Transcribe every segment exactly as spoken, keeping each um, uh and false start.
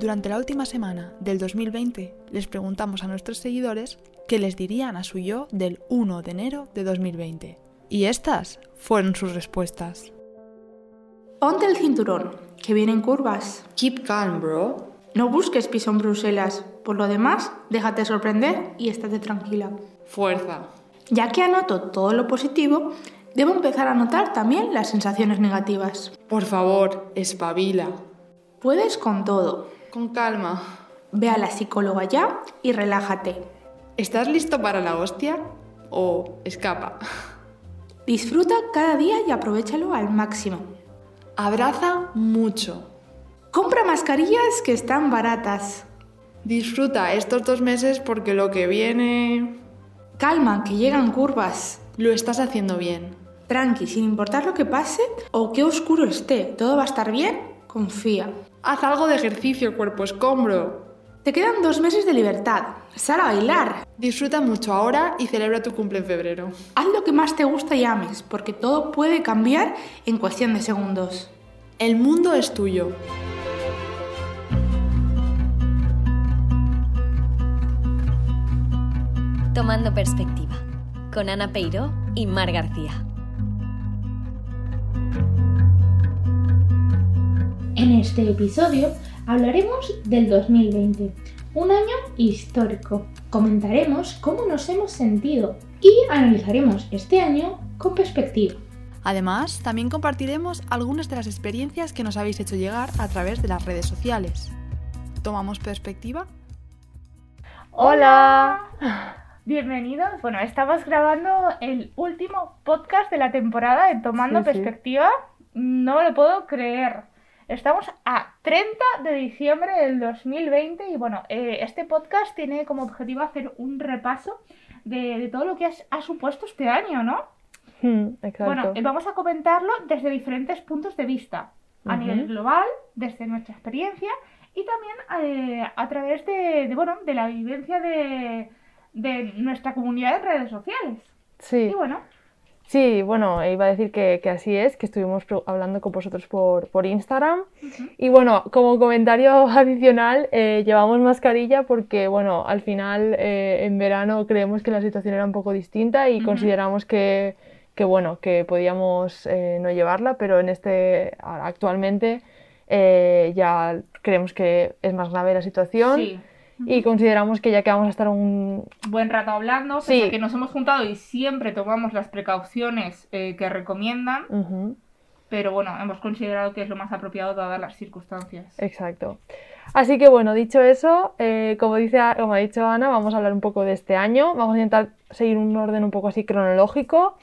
Durante la última semana del dos mil veinte les preguntamos a nuestros seguidores qué les dirían a su yo del uno de enero de dos mil veinte. Y estas fueron sus respuestas. Ponte el cinturón, que vienen curvas. Keep calm, bro. No busques piso en Bruselas. Por lo demás, déjate sorprender y estate tranquila. Fuerza. Ya que anoto todo lo positivo, debo empezar a notar también las sensaciones negativas. Por favor, espabila. Puedes con todo. Con calma. Ve a la psicóloga ya y relájate. ¿Estás listo para la hostia? ¿O escapa? Disfruta cada día y aprovéchalo al máximo. Abraza mucho. Compra mascarillas que están baratas. Disfruta estos dos meses porque lo que viene... Calma, que llegan curvas. Lo estás haciendo bien. Tranqui, sin importar lo que pase o qué oscuro esté, todo va a estar bien, confía. Haz algo de ejercicio, cuerpo escombro. Te quedan dos meses de libertad. Sal a bailar. Disfruta mucho ahora y celebra tu cumple en febrero. Haz lo que más te gusta y ames, porque todo puede cambiar en cuestión de segundos. El mundo es tuyo. Tomando Perspectiva, con Ana Peiró y Mar García. En este episodio hablaremos del dos mil veinte, un año histórico. Comentaremos cómo nos hemos sentido y analizaremos este año con perspectiva. Además, también compartiremos algunas de las experiencias que nos habéis hecho llegar a través de las redes sociales. ¿Tomamos perspectiva? ¡Hola! Bienvenidos. Bueno, estamos grabando el último podcast de la temporada de Tomando Sí, sí. Perspectiva. No lo puedo creer. Estamos a treinta de diciembre del dos mil veinte y bueno, eh, este podcast tiene como objetivo hacer un repaso de, de todo lo que has- ha supuesto este año, ¿no? Hmm, exacto. Bueno, eh, vamos a comentarlo desde diferentes puntos de vista, a Ujú. nivel global, desde nuestra experiencia y también eh, a través de, de, bueno, de la vivencia de, de nuestra comunidad en redes sociales. Sí, Y bueno, sí, bueno, iba a decir que, que así es, que estuvimos pro- hablando con vosotros por, por Instagram. Y bueno, como comentario adicional, eh, llevamos mascarilla porque, bueno, al final eh, en verano creemos que la situación era un poco distinta y Ujú. consideramos que, que, bueno, que podíamos eh, no llevarla, pero en este, a- actualmente eh, ya creemos que es más grave la situación. sí, Y consideramos que ya que vamos a estar un... buen rato hablando, Sí. pese a que nos hemos juntado y siempre tomamos las precauciones eh, que recomiendan, Ujú, pero bueno, hemos considerado que es lo más apropiado dadas las circunstancias. exacto. Así que bueno, dicho eso, eh, como dice, como ha dicho Ana, vamos a hablar un poco de este año. Vamos a intentar seguir un orden un poco así cronológico.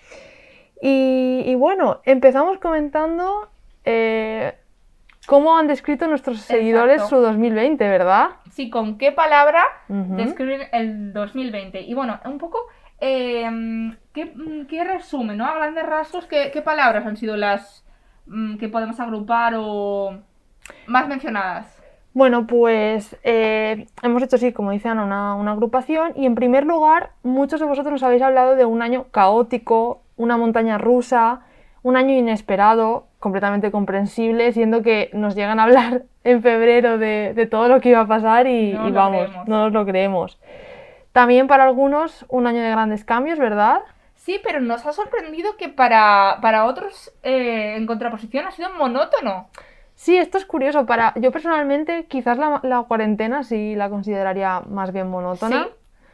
Y, y bueno, empezamos comentando eh, cómo han descrito nuestros seguidores Exacto. su dos mil veinte, ¿verdad? Sí, ¿con qué palabra Ujú. describir el dos mil veinte? Y bueno, un poco, eh, ¿qué, qué resumen, ¿no? A grandes rasgos, ¿qué, qué palabras han sido las mm, que podemos agrupar o más mencionadas? Bueno, pues eh, hemos hecho, sí, como dice Ana, una, una agrupación y en primer lugar, muchos de vosotros nos habéis hablado de un año caótico, una montaña rusa, un año inesperado, completamente comprensible, siendo que nos llegan a hablar en febrero de, de todo lo que iba a pasar y, No y lo vamos, creemos. no nos lo creemos. También para algunos un año de grandes cambios, ¿verdad? Sí, pero nos ha sorprendido que para, para otros, eh, en contraposición, ha sido monótono. Sí, esto es curioso. Para, yo personalmente quizás la, la cuarentena sí la consideraría más bien monótona. Sí.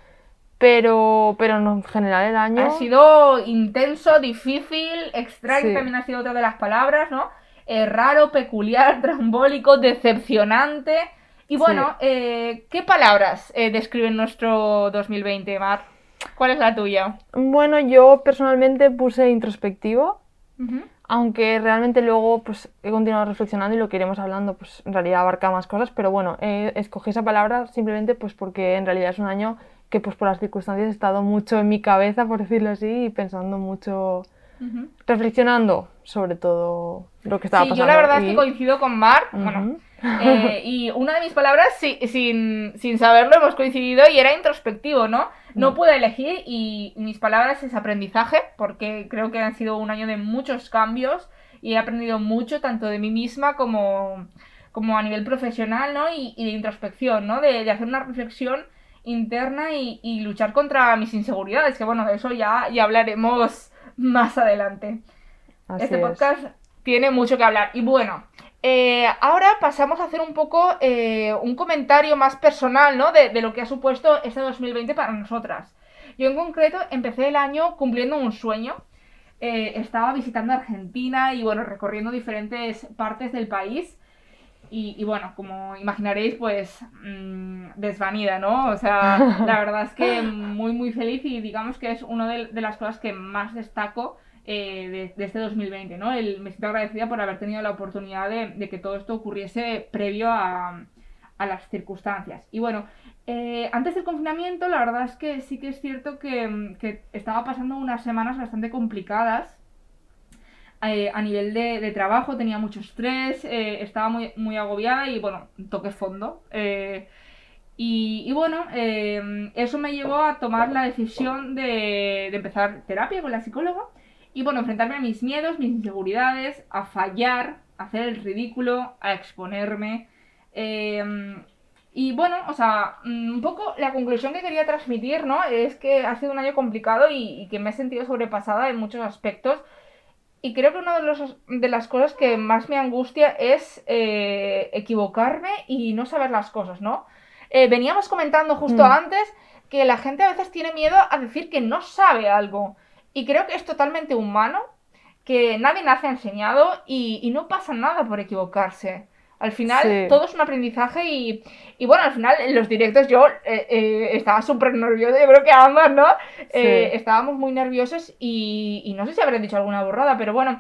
Pero, pero no, en general el año... Ha sido intenso, difícil, extraño Sí. también ha sido otra de las palabras, ¿no? Eh, raro, peculiar, trambólico, decepcionante. Y bueno, Sí. eh, ¿qué palabras eh, describen nuestro dos mil veinte, Mar? ¿Cuál es la tuya? Bueno, yo personalmente puse introspectivo, Ujú. aunque realmente luego pues he continuado reflexionando y lo que iremos hablando pues en realidad abarca más cosas, pero bueno, eh, escogí esa palabra simplemente pues porque en realidad es un año que pues por las circunstancias he estado mucho en mi cabeza, por decirlo así, y pensando mucho, Ujú. reflexionando sobre todo lo que estaba Sí, pasando. yo la verdad es y- que coincido con Mar, Ujú. bueno, eh, y una de mis palabras, si- sin, sin saberlo, hemos coincidido y era introspectivo, ¿no? No Mm. pude elegir y mis palabras es aprendizaje, porque creo que han sido un año de muchos cambios y he aprendido mucho tanto de mí misma como, como a nivel profesional, ¿no? Y, y de introspección, ¿no? De, de hacer una reflexión interna y, y luchar contra mis inseguridades, que bueno, de eso ya, ya hablaremos más adelante. Así Este es. podcast tiene mucho que hablar. Y bueno, eh, ahora pasamos a hacer un poco eh, un comentario más personal, ¿no? De, de lo que ha supuesto este dos mil veinte para nosotras. Yo en concreto empecé el año cumpliendo un sueño. Eh, estaba visitando Argentina y bueno, recorriendo diferentes partes del país. Y, y bueno, como imaginaréis, pues mmm, desvanida, ¿no? O sea, la verdad es que muy muy feliz y digamos que es una de, de las cosas que más destaco eh, de, de este dos mil veinte, ¿no? El, me siento agradecida por haber tenido la oportunidad de, de que todo esto ocurriese previo a, a las circunstancias. Y bueno, eh, antes del confinamiento la verdad es que sí que es cierto que, que estaba pasando unas semanas bastante complicadas. Eh, a nivel de, de trabajo tenía mucho estrés, eh, estaba muy, muy agobiada y bueno, toqué fondo. Eh, y, y bueno, eh, eso me llevó a tomar la decisión de, de empezar terapia con la psicóloga y bueno, enfrentarme a mis miedos, mis inseguridades, a fallar, a hacer el ridículo, a exponerme. Eh, y bueno, o sea, un poco la conclusión que quería transmitir, ¿no? Es que ha sido un año complicado y, y que me he sentido sobrepasada en muchos aspectos. Y creo que una de, los, de las cosas que más me angustia es eh, equivocarme y no saber las cosas, ¿no? Eh, veníamos comentando justo Mm. antes que la gente a veces tiene miedo a decir que no sabe algo. Y creo que es totalmente humano, que nadie nace enseñado y, y no pasa nada por equivocarse. Al final Sí. todo es un aprendizaje y, y bueno, al final en los directos yo eh, eh, estaba súper nerviosa, yo creo que ambas, ¿no? Eh, Sí. estábamos muy nerviosos y, y no sé si habré dicho alguna borrada, pero bueno.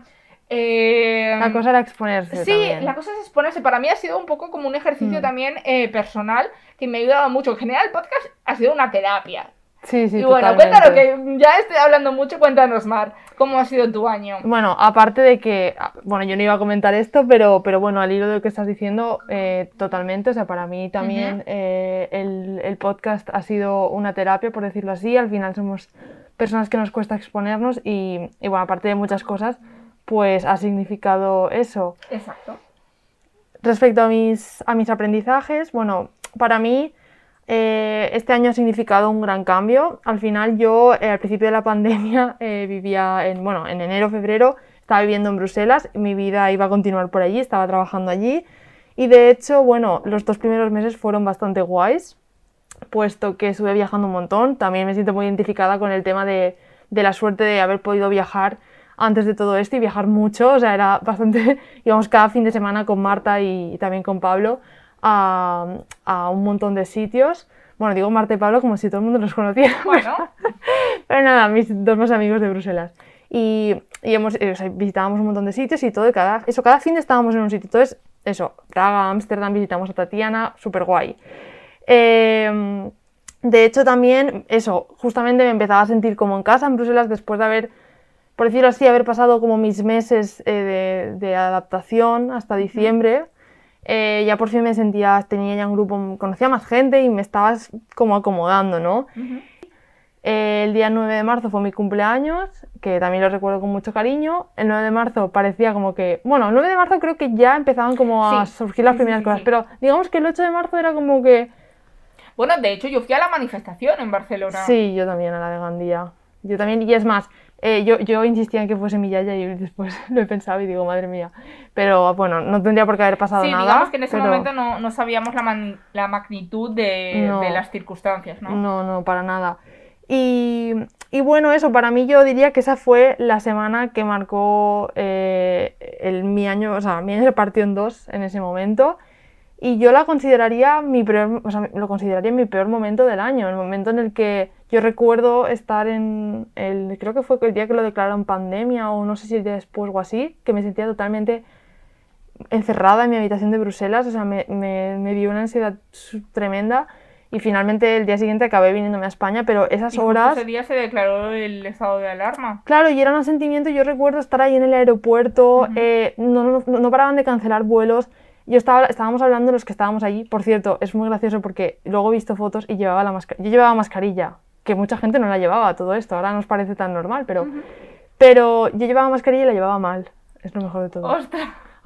eh, La cosa era exponerse Sí, también. la cosa es exponerse. Para mí ha sido un poco como un ejercicio Mm. también eh, personal que me ha ayudado mucho. En general el podcast ha sido una terapia. Sí, sí, y bueno, totalmente. cuéntanos, que ya estoy hablando mucho, cuéntanos, Mar, ¿cómo ha sido tu año? Bueno, aparte de que, bueno, yo no iba a comentar esto, pero, pero bueno, al hilo de lo que estás diciendo, eh, totalmente, o sea, para mí también Ujú. eh, el, el podcast ha sido una terapia, por decirlo así, al final somos personas que nos cuesta exponernos y, y bueno, aparte de muchas cosas, pues ha significado eso. Exacto. Respecto a mis, a mis aprendizajes, bueno, para mí eh, este año ha significado un gran cambio. Al final yo, eh, al principio de la pandemia, eh, vivía en, bueno, en enero, febrero, estaba viviendo en Bruselas, mi vida iba a continuar por allí, estaba trabajando allí y de hecho, bueno, los dos primeros meses fueron bastante guays, puesto que estuve viajando un montón. También me siento muy identificada con el tema de, de la suerte de haber podido viajar antes de todo esto y viajar mucho, o sea, era bastante, íbamos cada fin de semana con Marta y, y también con Pablo a, a un montón de sitios. Bueno, digo Marta y Pablo como si todo el mundo los conociera. Bueno, Pero nada, mis dos más amigos de Bruselas. Y, y hemos, eh, o sea, visitábamos un montón de sitios y todo, y cada, eso, cada fin de estábamos en un sitio. Entonces, eso, Praga, Ámsterdam, visitamos a Tatiana, súper guay. Eh, de hecho, también, eso, justamente me empezaba a sentir como en casa en Bruselas después de haber, por decirlo así, haber pasado como mis meses eh, de, de adaptación hasta diciembre. Eh, ya por fin me sentía, tenía ya un grupo, conocía más gente y me estaba como acomodando, ¿no? uh-huh. Eh, el día nueve de marzo fue mi cumpleaños, que también lo recuerdo con mucho cariño. El nueve de marzo parecía como que... Bueno, el nueve de marzo creo que ya empezaban como a Sí, surgir las sí, primeras sí, cosas, sí. pero digamos que el ocho de marzo era como que... Bueno, de hecho yo fui a la manifestación en Barcelona. Sí, yo también, a la de Gandía. Yo también, y es más, eh, yo, yo insistía en que fuese mi yaya y después lo he pensado y digo, madre mía. Pero bueno, no tendría por qué haber pasado Sí, nada. digamos que en ese pero... momento no, no sabíamos la, man- la magnitud de, No. de las circunstancias, ¿no? No, no, para nada. Y, y bueno, eso, para mí yo diría que esa fue la semana que marcó eh, el, mi año, o sea, mi año se partió en dos en ese momento. Y yo la consideraría mi peor, o sea, lo consideraría mi peor momento del año, el momento en el que yo recuerdo estar en el, creo que fue el día que lo declararon pandemia o no sé si el día después o así, que me sentía totalmente encerrada en mi habitación de Bruselas, o sea, me, me, me dio una ansiedad tremenda y finalmente el día siguiente acabé viniéndome a España, pero esas Y justo horas... ese día se declaró el estado de alarma. Claro, y era un sentimiento, yo recuerdo estar ahí en el aeropuerto, Ujú. eh, no, no, no paraban de cancelar vuelos. Yo estaba, estábamos hablando los que estábamos allí, por cierto, es muy gracioso porque luego he visto fotos y llevaba la mascarilla, yo llevaba mascarilla, que mucha gente no la llevaba, todo esto, ahora nos parece tan normal, pero, Ujú. pero yo llevaba mascarilla y la llevaba mal, es lo mejor de todo. ¡Ostras!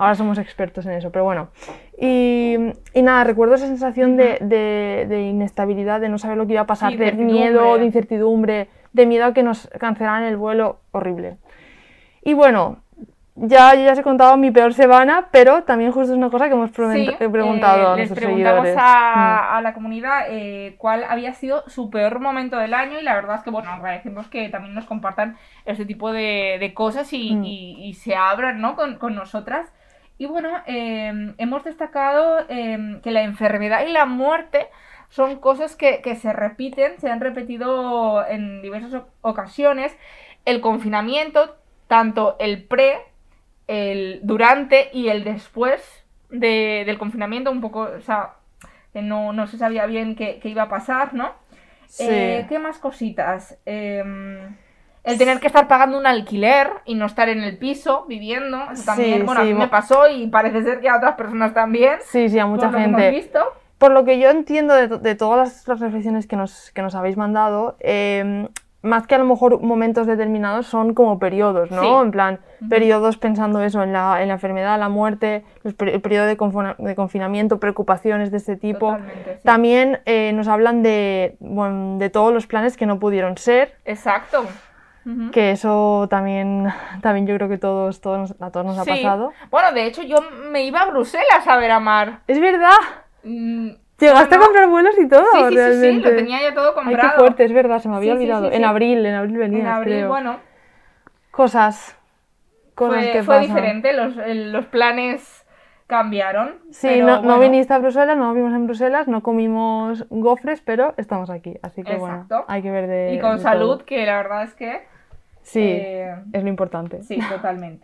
ahora somos expertos en eso, pero bueno. Y, y nada, recuerdo esa sensación de, de, de inestabilidad, de no saber lo que iba a pasar, Sí, de incertidumbre. miedo, de incertidumbre, de miedo a que nos cancelaran el vuelo, horrible. Y bueno, ya, ya os he contado mi peor semana, pero también justo es una cosa que hemos pregunt- Sí, he preguntado eh, a les nuestros preguntamos seguidores. a, a la comunidad eh, cuál había sido su peor momento del año y la verdad es que, bueno, agradecemos que también nos compartan este tipo de, de cosas y, Mm. y, y se abran, ¿no? con, con nosotras. Y bueno, eh, hemos destacado eh, que la enfermedad y la muerte son cosas que, que se repiten, se han repetido en diversas o- ocasiones. El confinamiento, tanto el pre, el durante y el después de- del confinamiento, un poco, o sea, que no, no se sabía bien qué, qué iba a pasar, ¿no? Sí. Eh, ¿qué más cositas? Eh, el tener que estar pagando un alquiler y no estar en el piso viviendo, eso también, Sí, bueno, sí, a mí me mo- pasó y parece ser que a otras personas también, Sí, sí, a mucha por lo que hemos gente. visto. Por lo que yo entiendo de, to- de todas las, las reflexiones que nos, que nos habéis mandado, eh, más que a lo mejor momentos determinados, son como periodos, ¿no? Sí. En plan, periodos pensando eso, en la, en la enfermedad, la muerte, los per- el periodo de, confona- de confinamiento, preocupaciones de este tipo. Totalmente, sí. También eh, nos hablan de, bueno, de todos los planes que no pudieron ser, Exacto. Ujú. que eso también, también yo creo que todos, todos nos- a todos nos ha Sí. pasado. Bueno, de hecho, yo me iba a Bruselas a ver a Mar. Es verdad, Mm, llegaste bueno, a comprar vuelos y todo, Sí, sí, sí, sí, realmente. lo tenía ya todo Ay, comprado. qué fuerte, es verdad, se me había Sí, sí, olvidado. sí, En sí. abril, en abril venías, En abril, creo. bueno, Cosas, cosas fue, que fue pasan. diferente, los, el- los planes cambiaron. Sí, pero no, no bueno, viniste a Bruselas, no vimos en Bruselas, no comimos gofres, pero estamos aquí, así que bueno, Exacto. hay que ver de Y con de salud, todo. que la verdad es que Sí, eh, es lo importante. sí, totalmente.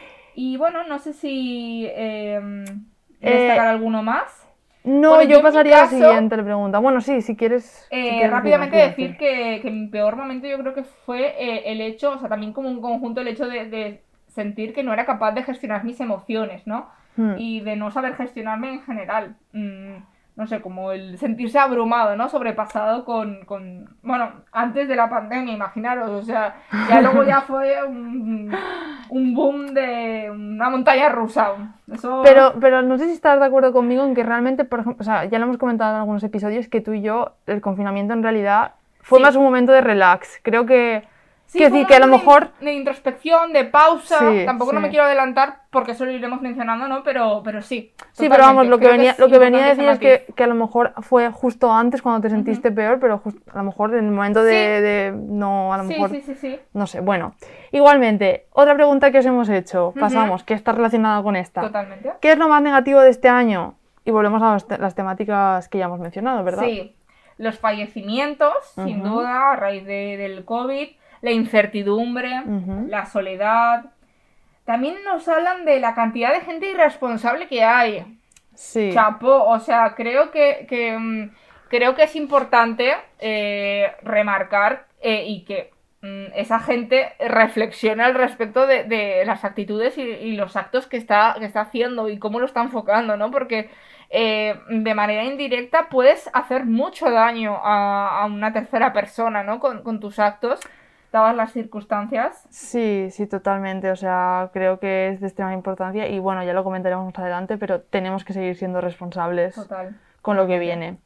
Y bueno, no sé si eh, Eh, destacar alguno más. No, Bueno, yo, yo en mi pasaría a la caso, siguiente pregunta. Bueno, sí, si quieres... si Eh, quieres rápidamente decirlo, decir sí. que, que mi peor momento yo creo que fue eh, el hecho, o sea, también como un conjunto el hecho de, de sentir que no era capaz de gestionar mis emociones, ¿no? Hmm. Y de no saber gestionarme en general. Mm, no sé, como el sentirse abrumado, ¿no? Sobrepasado con, con... Bueno, antes de la pandemia, imaginaros, o sea, ya luego ya fue un, un boom de una montaña rusa. Eso... Pero, pero no sé si estás de acuerdo conmigo en que realmente, por ejemplo, o sea, ya lo hemos comentado en algunos episodios, que tú y yo, el confinamiento en realidad fue Sí. más un momento de relax. Creo que... Sí, quiero fue decir un que a lo momento mejor... De, de introspección, de pausa. Sí, Tampoco no sí. me quiero adelantar porque eso lo iremos mencionando, ¿no? Pero, pero sí. Sí, pero vamos, totalmente. lo que Creo venía, es lo que venía a decir importante es ese que, matiz. que a lo mejor fue justo antes cuando te sentiste peor, pero jus- a lo mejor en el momento de, Sí. de- no, a lo Sí, mejor, sí, sí, sí. no sé, bueno. Igualmente, otra pregunta que os hemos hecho, pasamos, que está relacionada con esta. Totalmente. ¿Qué es lo más negativo de este año? Y volvemos a las, te- las temáticas que ya hemos mencionado, ¿verdad? Sí. Los fallecimientos, sin Ujú. duda, a raíz de- del COVID. La incertidumbre, Ujú. la soledad. También nos hablan de la cantidad de gente irresponsable que hay. Sí. Chapo, o sea, creo que, que, mm, creo que es importante eh, remarcar eh, y que mm, esa gente reflexione al respecto de, de las actitudes y, y los actos que está, que está haciendo y cómo lo está enfocando, ¿no? Porque eh, de manera indirecta puedes hacer mucho daño a, a una tercera persona, ¿no? Con, con tus actos, dadas las circunstancias. Sí, sí, totalmente. O sea, creo que es de extrema importancia y bueno, ya lo comentaremos más adelante, pero tenemos que seguir siendo responsables Total. con lo que viene.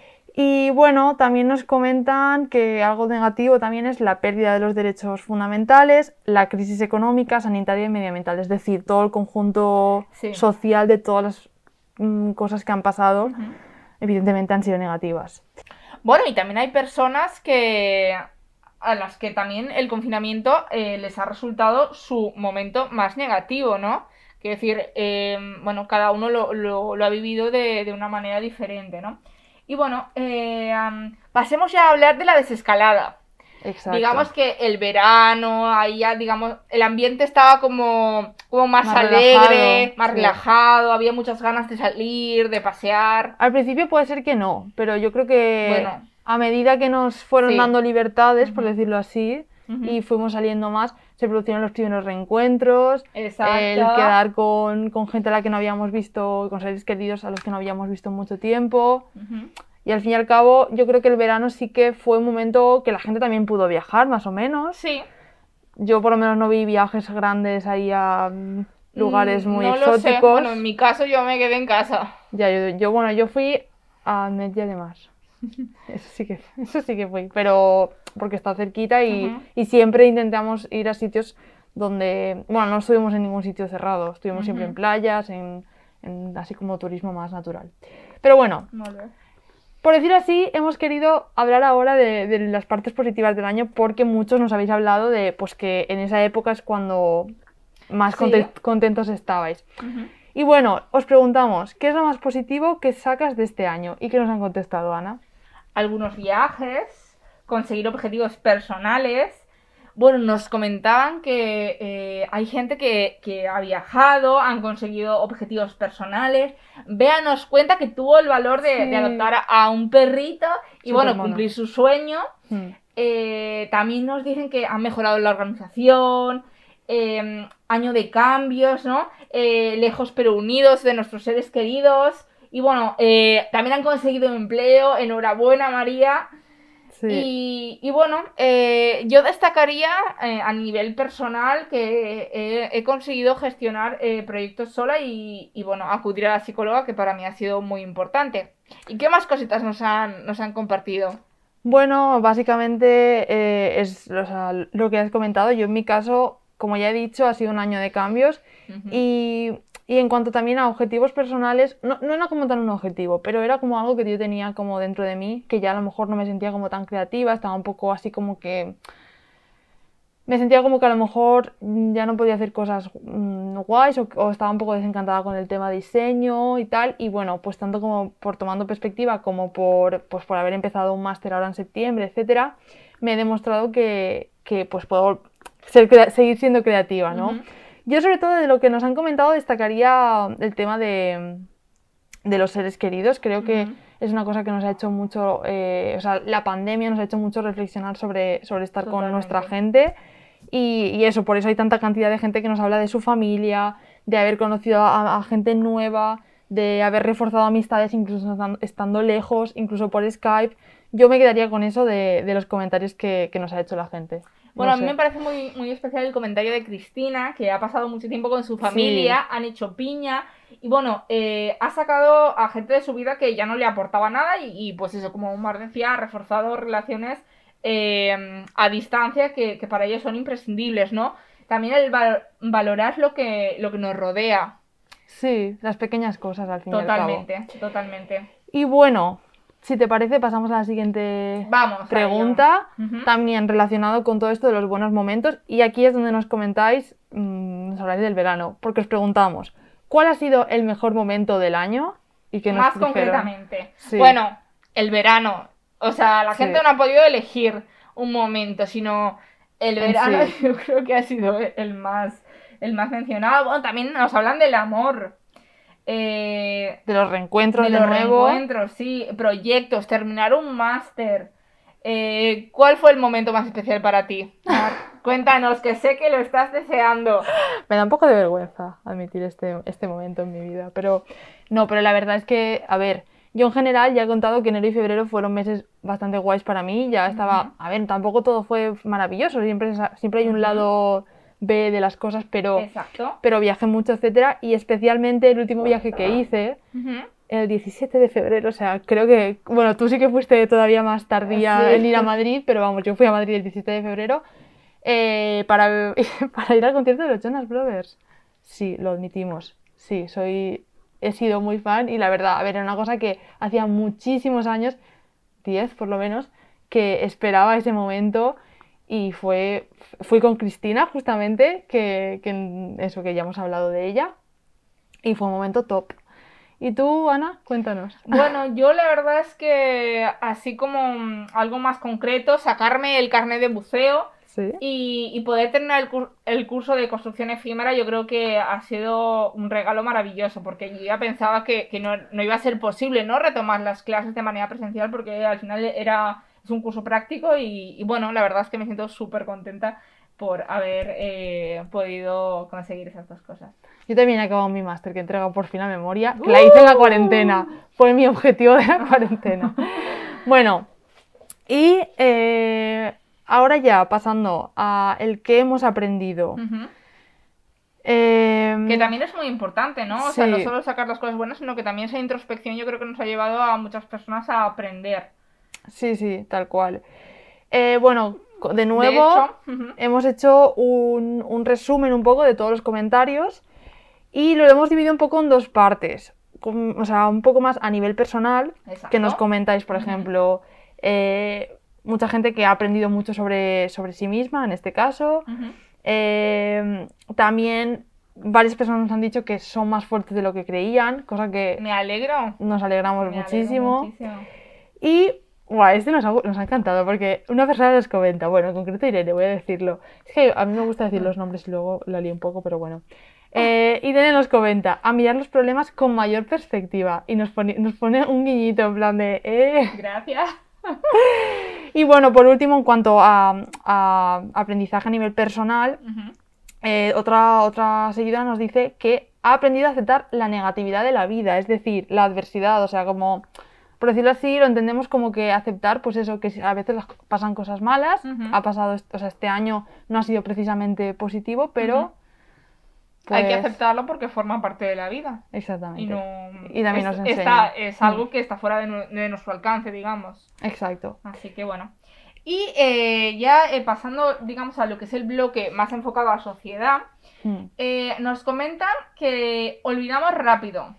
Y bueno, también nos comentan que algo negativo también es la pérdida de los derechos fundamentales, la crisis económica, sanitaria y medioambiental, es decir, todo el conjunto Sí. social de todas las mm, cosas que han pasado, Ujú. evidentemente han sido negativas. Bueno, y también hay personas que a las que también el confinamiento eh, les ha resultado su momento más negativo, ¿no? Quiero decir, eh, bueno, cada uno lo, lo- lo ha vivido de, de una manera diferente, ¿no? Y bueno, eh, am, pasemos ya a hablar de la desescalada. Exacto. Digamos que el verano, ahí ya, digamos, el ambiente estaba como, como más, Más alegre, relajado, más sí. relajado, había muchas ganas de salir, de pasear. Al principio puede ser que no, pero yo creo que Bueno. a medida que nos fueron Sí. dando libertades, por Ujú. decirlo así, Ujú. y fuimos saliendo más, se produjeron los primeros reencuentros, Exacto. el quedar con, con gente a la que no habíamos visto, con seres queridos a los que no habíamos visto en mucho tiempo. Ujú. Y al fin y al cabo, yo creo que el verano sí que fue un momento que la gente también pudo viajar, más o menos. Sí. Yo por lo menos no vi viajes grandes ahí a, lugares muy no lo sé. exóticos. Bueno, en mi caso yo me quedé en casa. Ya, yo, yo, bueno, yo fui a Ametlla de Mar. Eso sí que, eso sí que fui, pero porque está cerquita y, Ujú. y siempre intentamos ir a sitios donde, bueno, no estuvimos en ningún sitio cerrado, estuvimos siempre en Ujú. playas, en, en así como turismo más natural. Pero bueno, Molt bé. por decir así, hemos querido hablar ahora de, de las partes positivas del año porque muchos nos habéis hablado de pues que en esa época es cuando más Sí. conte- contentos estabais. Ujú. Y bueno, os preguntamos, ¿qué es lo más positivo que sacas de este año? ¿Y qué nos han contestado, Ana? Algunos viajes, conseguir objetivos personales. Bueno, nos comentaban que eh, hay gente que, que ha viajado, han conseguido objetivos personales. Bea nos cuenta que tuvo el valor de, Sí. de adoptar a, a un perrito y bueno, Supermono. cumplir su sueño. Hmm. Eh, también nos dicen que han mejorado la organización, eh, año de cambios, ¿no? Eh, lejos pero unidos de nuestros seres queridos. Y bueno, eh, también han conseguido empleo. Enhorabuena, María. Sí. Y, y bueno, eh, yo destacaría eh, a nivel personal que he, he conseguido gestionar eh, proyectos sola y, y bueno, acudir a la psicóloga, que para mí ha sido muy importante. ¿Y qué más cositas nos han, nos han compartido? Bueno, básicamente eh, es o sea, lo que has comentado. Yo en mi caso, como ya he dicho, ha sido un año de cambios Ujú. y, y en cuanto también a objetivos personales, no, no era como tan un objetivo, pero era como algo que yo tenía como dentro de mí, que ya a lo mejor no me sentía como tan creativa, estaba un poco así como que... Me sentía como que a lo mejor ya no podía hacer cosas mm, guays o, o estaba un poco desencantada con el tema diseño y tal. Y bueno, pues tanto como por tomando perspectiva como por, pues por haber empezado un máster ahora en septiembre, etcétera, me he demostrado que, que pues puedo ser, crea- seguir siendo creativa, ¿no? Ujú. Yo sobre todo de lo que nos han comentado destacaría el tema de, de los seres queridos. Creo que Ujú. es una cosa que nos ha hecho mucho, eh, o sea, la pandemia nos ha hecho mucho reflexionar sobre, sobre estar con Totalmente. nuestra gente. Y, y eso, por eso hay tanta cantidad de gente que nos habla de su familia, de haber conocido a, a gente nueva, de haber reforzado amistades incluso estando, estando lejos, incluso por Skype. Yo me quedaría con eso de, de los comentarios que, que nos ha hecho la gente. Bueno, No a mí sé. me parece muy, muy especial el comentario de Cristina, que ha pasado mucho tiempo con su familia, Sí. han hecho piña, y bueno, eh, ha sacado a gente de su vida que ya no le aportaba nada, y, y, pues eso, como Mar decía, ha reforzado relaciones eh, a distancia que, que para ellos son imprescindibles, ¿no? También el val- valorar lo que, lo que nos rodea, Sí, las pequeñas cosas al fin y al cabo. totalmente, totalmente. Y bueno, si te parece, pasamos a la siguiente Vamos a pregunta, ello. Ujú. también relacionado con todo esto de los buenos momentos. Y aquí es donde nos comentáis, mmm, nos habláis del verano, porque os preguntamos, ¿cuál ha sido el mejor momento del año? Y que nos Más dijeron. concretamente. Sí. Bueno, el verano. O sea, la Sí. gente no ha podido elegir un momento, sino el En verano sí. yo creo que ha sido el más, el más mencionado. Bueno, también nos hablan del amor. Eh, De los reencuentros de de, los nuevo. reencuentros, sí, proyectos, terminar un máster. Eh, ¿cuál fue el momento más especial para ti? Mar? Cuéntanos, que sé que lo estás deseando. Me da un poco de vergüenza admitir este, este momento en mi vida, pero no, pero la verdad es que, a ver, yo en general ya he contado que enero y febrero fueron meses bastante guays para mí, ya estaba, a ver, tampoco todo fue maravilloso, siempre, es- siempre hay un Ujú. lado B de las cosas, pero, Exacto. pero viajé mucho, etcétera, y especialmente el último viaje que hice, Ujú. el diecisiete de febrero, o sea, creo que, bueno, tú sí que fuiste todavía más tardía Sí. en ir a Madrid, pero vamos, yo fui a Madrid el diecisiete de febrero eh, para, para ir al concierto de los Jonas Brothers. Sí, lo admitimos, sí, soy, he sido muy fan y la verdad, a ver, era una cosa que hacía muchísimos años, diez por lo menos, que esperaba ese momento y fue, fui con Cristina justamente, que, que eso que ya hemos hablado de ella, y fue un momento top. ¿Y tú, Ana? Cuéntanos. Bueno, yo la verdad es que así como mm, algo más concreto, sacarme el carnet de buceo Sí. y, y poder terminar el, cur- el curso de construcción efímera, yo creo que ha sido un regalo maravilloso, porque yo ya pensaba que, que no, no iba a ser posible, ¿no?, retomar las clases de manera presencial, porque al final era, es un curso práctico y, y bueno, la verdad es que me siento súper contenta por haber eh, podido conseguir esas dos cosas. Yo también he acabado mi máster, que he entregado por fin a memoria, que la hice en la cuarentena. Fue mi objetivo de la cuarentena. Bueno, y eh, ahora ya pasando a el que hemos aprendido. Ujú. Eh, Que también es muy importante, ¿no? O sea, sí. no solo sacar las cosas buenas, sino que también esa introspección yo creo que nos ha llevado a muchas personas a aprender. Sí, sí, tal cual. Eh, bueno, co- de nuevo, De hecho, ujú, hemos hecho un, un resumen un poco de todos los comentarios y lo hemos dividido un poco en dos partes. Com- O sea, un poco más a nivel personal, Exacto. que nos comentáis, por Ujú. ejemplo, eh, mucha gente que ha aprendido mucho sobre, sobre sí misma, en este caso. ujú. Eh, también varias personas nos han dicho que son más fuertes de lo que creían, cosa que Me alegro. nos alegramos Me alegro muchísimo. muchísimo. Y, guau, este nos ha, nos ha encantado porque una persona nos comenta, bueno, en concreto Irene, voy a decirlo. Es que a mí me gusta decir los nombres y luego la lío un poco, pero bueno. Eh, Irene nos comenta, a mirar los problemas con mayor perspectiva y nos pone, nos pone un guiñito en plan de, eh. Gracias. Y bueno, por último, en cuanto a, a aprendizaje a nivel personal, Ujú. eh, otra, otra seguidora nos dice que ha aprendido a aceptar la negatividad de la vida, es decir, la adversidad, o sea, como, por decirlo así, lo entendemos como que aceptar, pues eso, que a veces las- pasan cosas malas, Ujú. ha pasado, est- o sea, este año no ha sido precisamente positivo, pero... Ujú. Hay que pues, aceptarlo porque forma parte de la vida. Exactamente. Y, no, Y también es, nos está- enseña. es algo que está fuera de, nu- de nuestro alcance, digamos. Exacto. Así que bueno. Y eh, ya eh, pasando, digamos, a lo que es el bloque más enfocado a sociedad, Mm. eh, nos comentan que olvidamos rápido,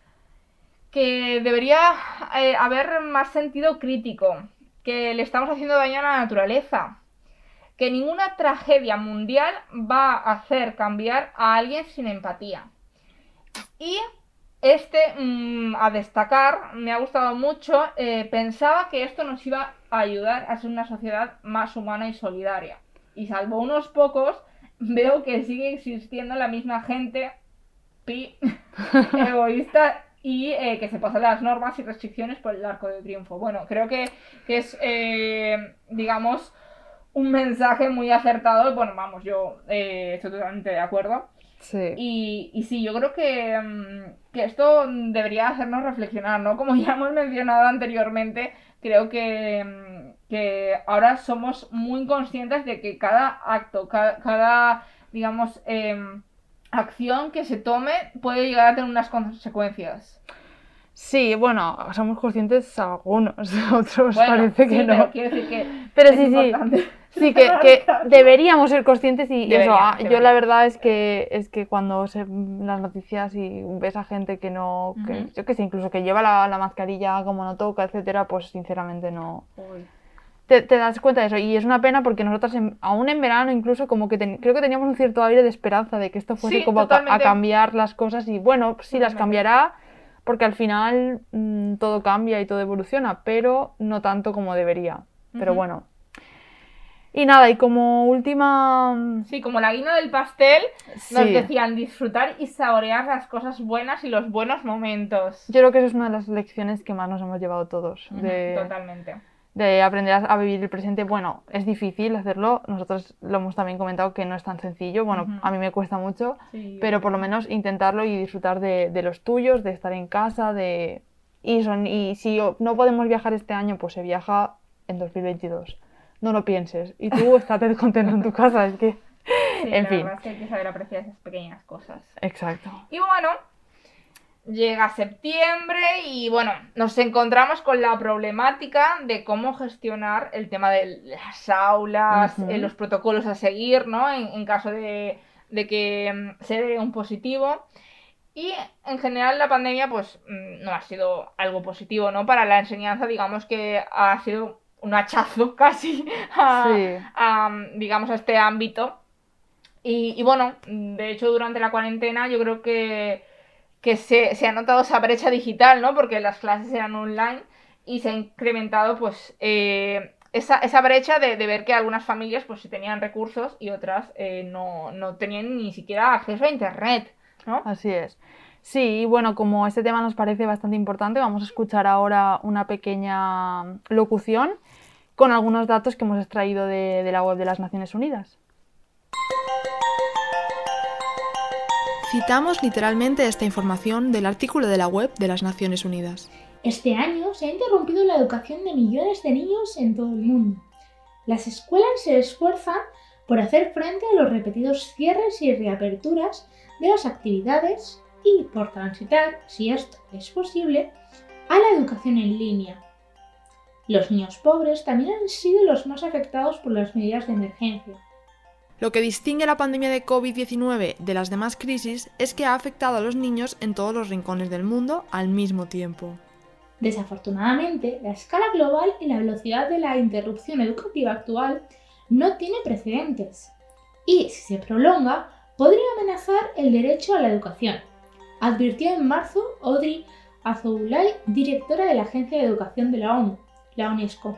que debería eh, haber más sentido crítico, que le estamos haciendo daño a la naturaleza, que ninguna tragedia mundial va a hacer cambiar a alguien sin empatía. Y este, mmm, a destacar, me ha gustado mucho, eh, pensaba que esto nos iba a ayudar a ser una sociedad más humana y solidaria. Y salvo unos pocos, veo que sigue existiendo la misma gente pi, egoísta y eh, que se pasa las normas y restricciones por el arco de triunfo. Bueno, creo que, que es, eh, digamos, un mensaje muy acertado. Bueno, vamos, yo eh, estoy totalmente de acuerdo. Sí. Y, y sí, yo creo que, mm, que esto debería hacernos reflexionar, ¿no? Como ya hemos mencionado anteriormente, creo que, mm, que ahora somos muy conscientes de que cada acto, cada, cada digamos, em, acción que se tome puede llegar a tener unas consecuencias. Sí, bueno, somos conscientes algunos, otros Bueno, parece que sí, no. pero quiero decir que Pero es sí, sí. importante. Sí, que, que deberíamos ser conscientes y, y eso, Deberíamos, ah, yo deberíamos. la verdad es que es que cuando se las noticias y ves a gente que no, que, Ujú. yo que sé, incluso que lleva la, la mascarilla como no toca, etcétera, pues sinceramente no. Uy. Te, te das cuenta de eso y es una pena porque nosotras en- aún en verano incluso como que ten- creo que teníamos un cierto aire de esperanza de que esto fuese Sí, como a, ca- a totalmente. cambiar las cosas y bueno, sí las Totalmente. cambiará porque al final mm, todo cambia y todo evoluciona, pero no tanto como debería. Pero Ujú. bueno. Y nada, y como última... Sí, como la guinda del pastel, nos Sí. decían disfrutar y saborear las cosas buenas y los buenos momentos. Yo creo que eso es una de las lecciones que más nos hemos llevado todos, Ujú, de, Totalmente. de aprender a, a vivir el presente. Bueno, es difícil hacerlo, nosotros lo hemos también comentado que no es tan sencillo, bueno, Ujú. a mí me cuesta mucho, Sí. pero por lo menos intentarlo y disfrutar de, de los tuyos, de estar en casa, de... Y, son, y si o- no podemos viajar este año, pues se viaja en dos mil veintidós. No lo pienses. Y tú estate contento en tu casa, es que... Sí, en la fin. verdad es que hay que saber apreciar esas pequeñas cosas. Exacto. Y bueno, llega septiembre y bueno, nos encontramos con la problemática de cómo gestionar el tema de las aulas, Ujú. eh, los protocolos a seguir, ¿no? En, en caso de, de que mm, se dé un positivo. Y en general la pandemia pues mm, no ha sido algo positivo, ¿no? Para la enseñanza, digamos que ha sido un hachazo casi a, Sí. a, digamos, a este ámbito. Y, y bueno, de hecho durante la cuarentena yo creo que, que se, se ha notado esa brecha digital, ¿no? Porque las clases eran online y se ha incrementado pues eh, esa, esa brecha de, de ver que algunas familias pues sí tenían recursos y otras eh, no, no tenían ni siquiera acceso a internet, ¿no? Así es. Sí, y bueno, como este tema nos parece bastante importante, vamos a escuchar ahora una pequeña locución con algunos datos que hemos extraído de, de la web de las Naciones Unidas. Citamos literalmente esta información del artículo de la web de las Naciones Unidas. Este año se ha interrumpido la educación de millones de niños en todo el mundo. Las escuelas se esfuerzan por hacer frente a los repetidos cierres y reaperturas de las actividades y por transitar, si esto es posible, a la educación en línea. Los niños pobres también han sido los más afectados por las medidas de emergencia. Lo que distingue la pandemia de covid diecinueve de las demás crisis es que ha afectado a los niños en todos los rincones del mundo al mismo tiempo. Desafortunadamente, la escala global y la velocidad de la interrupción educativa actual no tiene precedentes y, si se prolonga, podría amenazar el derecho a la educación, advirtió en marzo Audrey Azoulay, directora de la Agencia de Educación de la ONU, la UNESCO.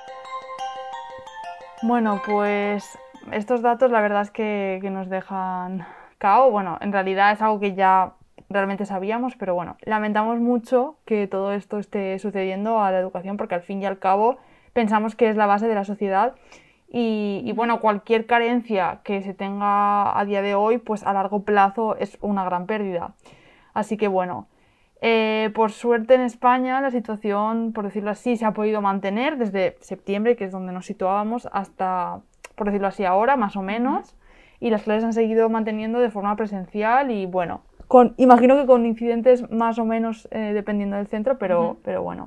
Bueno, pues estos datos la verdad es que, que nos dejan cao. Bueno, en realidad es algo que ya realmente sabíamos, pero bueno, lamentamos mucho que todo esto esté sucediendo a la educación porque al fin y al cabo pensamos que es la base de la sociedad y, y bueno, cualquier carencia que se tenga a día de hoy, pues a largo plazo es una gran pérdida. Así que bueno, eh, por suerte en España la situación, por decirlo así, se ha podido mantener desde septiembre, que es donde nos situábamos, hasta, por decirlo así, ahora, más o menos, y las clases han seguido manteniendo de forma presencial y bueno, con, imagino que con incidentes más o menos eh, dependiendo del centro, pero, uh-huh. pero bueno.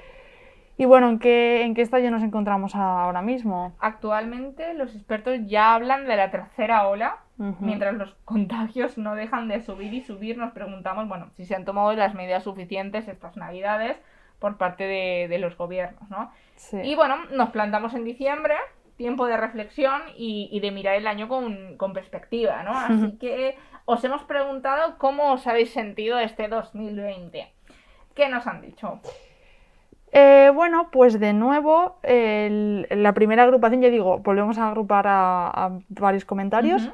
Y bueno, ¿en qué, ¿en qué estadio nos encontramos ahora mismo? Actualmente los expertos ya hablan de la tercera ola, uh-huh. mientras los contagios no dejan de subir y subir. Nos preguntamos, bueno, si se han tomado las medidas suficientes estas navidades por parte de, de los gobiernos, ¿no? Sí. Y bueno, nos plantamos en diciembre, tiempo de reflexión y, y de mirar el año con, con perspectiva, ¿no? Así que os hemos preguntado cómo os habéis sentido este dos mil veinte. ¿Qué nos han dicho? Eh, bueno, pues de nuevo, el, la primera agrupación, ya digo, volvemos a agrupar a, a varios comentarios. Uh-huh.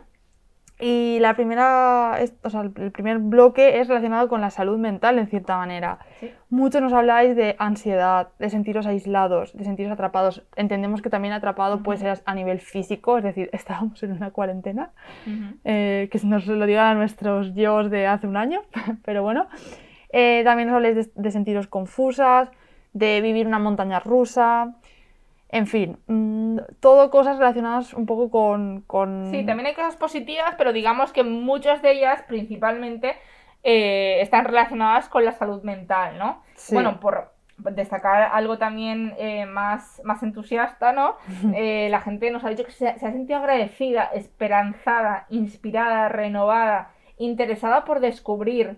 Y la primera, o sea, el primer bloque es relacionado con la salud mental, en cierta manera. ¿Sí? Muchos nos habláis de ansiedad, de sentiros aislados, de sentiros atrapados. Entendemos que también atrapado uh-huh. puede ser a nivel físico, es decir, estábamos en una cuarentena, uh-huh. eh, que nos lo digan a nuestros yo de hace un año, pero bueno. Eh, también nos habláis de, de sentiros confusas, de vivir una montaña rusa, en fin, mmm, todo cosas relacionadas un poco con, con... Sí, también hay cosas positivas, pero digamos que muchas de ellas principalmente eh, están relacionadas con la salud mental, ¿no? Sí. Bueno, por destacar algo también eh, más, más entusiasta, ¿no? Eh, la gente nos ha dicho que se, se ha sentido agradecida, esperanzada, inspirada, renovada, interesada por descubrir.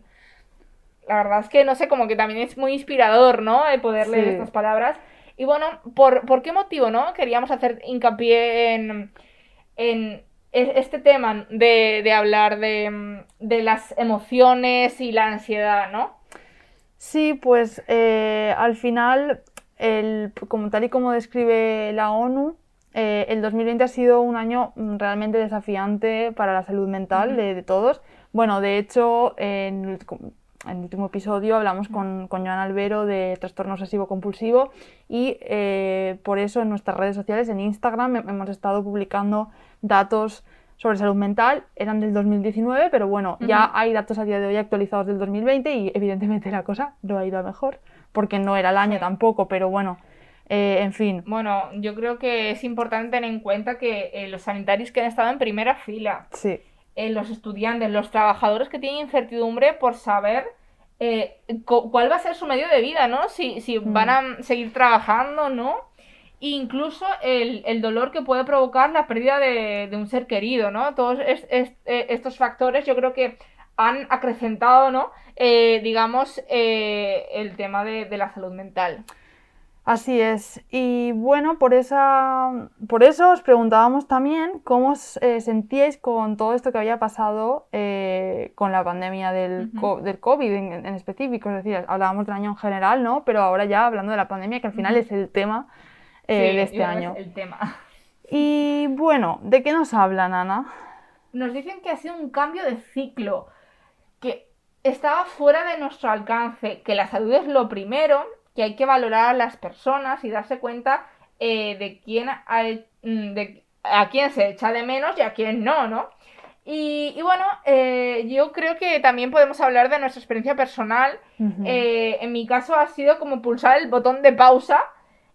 La verdad es que, no sé, como que también es muy inspirador, ¿no? El poder leer Sí. estas palabras. Y bueno, ¿por, ¿por qué motivo, no? Queríamos hacer hincapié en, en este tema de, de hablar de, de las emociones y la ansiedad, ¿no? Sí, pues eh, al final, el, como tal y como describe la ONU, eh, el dos mil veinte ha sido un año realmente desafiante para la salud mental uh-huh. de, de todos. Bueno, de hecho, en el, en el último episodio hablamos con, con Joan Albero de trastorno obsesivo-compulsivo y eh, por eso en nuestras redes sociales, en Instagram, hemos estado publicando datos sobre salud mental. Eran del dos mil diecinueve, pero bueno, uh-huh. ya hay datos a día de hoy actualizados del dos mil veinte y evidentemente la cosa no ha ido a mejor, porque no era el año sí. tampoco, pero bueno, eh, en fin. Bueno, yo creo que es importante tener en cuenta que eh, los sanitarios que han estado en primera fila, sí. eh, los estudiantes, los trabajadores que tienen incertidumbre por saber eh, cu- cuál va a ser su medio de vida, ¿no? Si, si mm. van a seguir trabajando, ¿no? E incluso el, el dolor que puede provocar la pérdida de, de un ser querido, ¿no? Todos es, es, eh, estos factores yo creo que han acrecentado, ¿no? Eh, digamos, eh, el tema de, de la salud mental. Así es. Y bueno, por esa, por eso os preguntábamos también cómo os eh, sentíais con todo esto que había pasado eh, con la pandemia del, uh-huh. co- del COVID en, en específico. Es decir, hablábamos del año en general, ¿no? Pero ahora ya hablando de la pandemia, que al final uh-huh. es el tema eh, sí, de este año. Es el tema. Y bueno, ¿de qué nos hablan, Ana? Nos dicen que ha sido un cambio de ciclo, que estaba fuera de nuestro alcance, que la salud es lo primero, que hay que valorar a las personas y darse cuenta eh, de quién hay, de a quién se echa de menos y a quién no, ¿no? Y, y bueno, eh, yo creo que también podemos hablar de nuestra experiencia personal. Uh-huh. Eh, en mi caso ha sido como pulsar el botón de pausa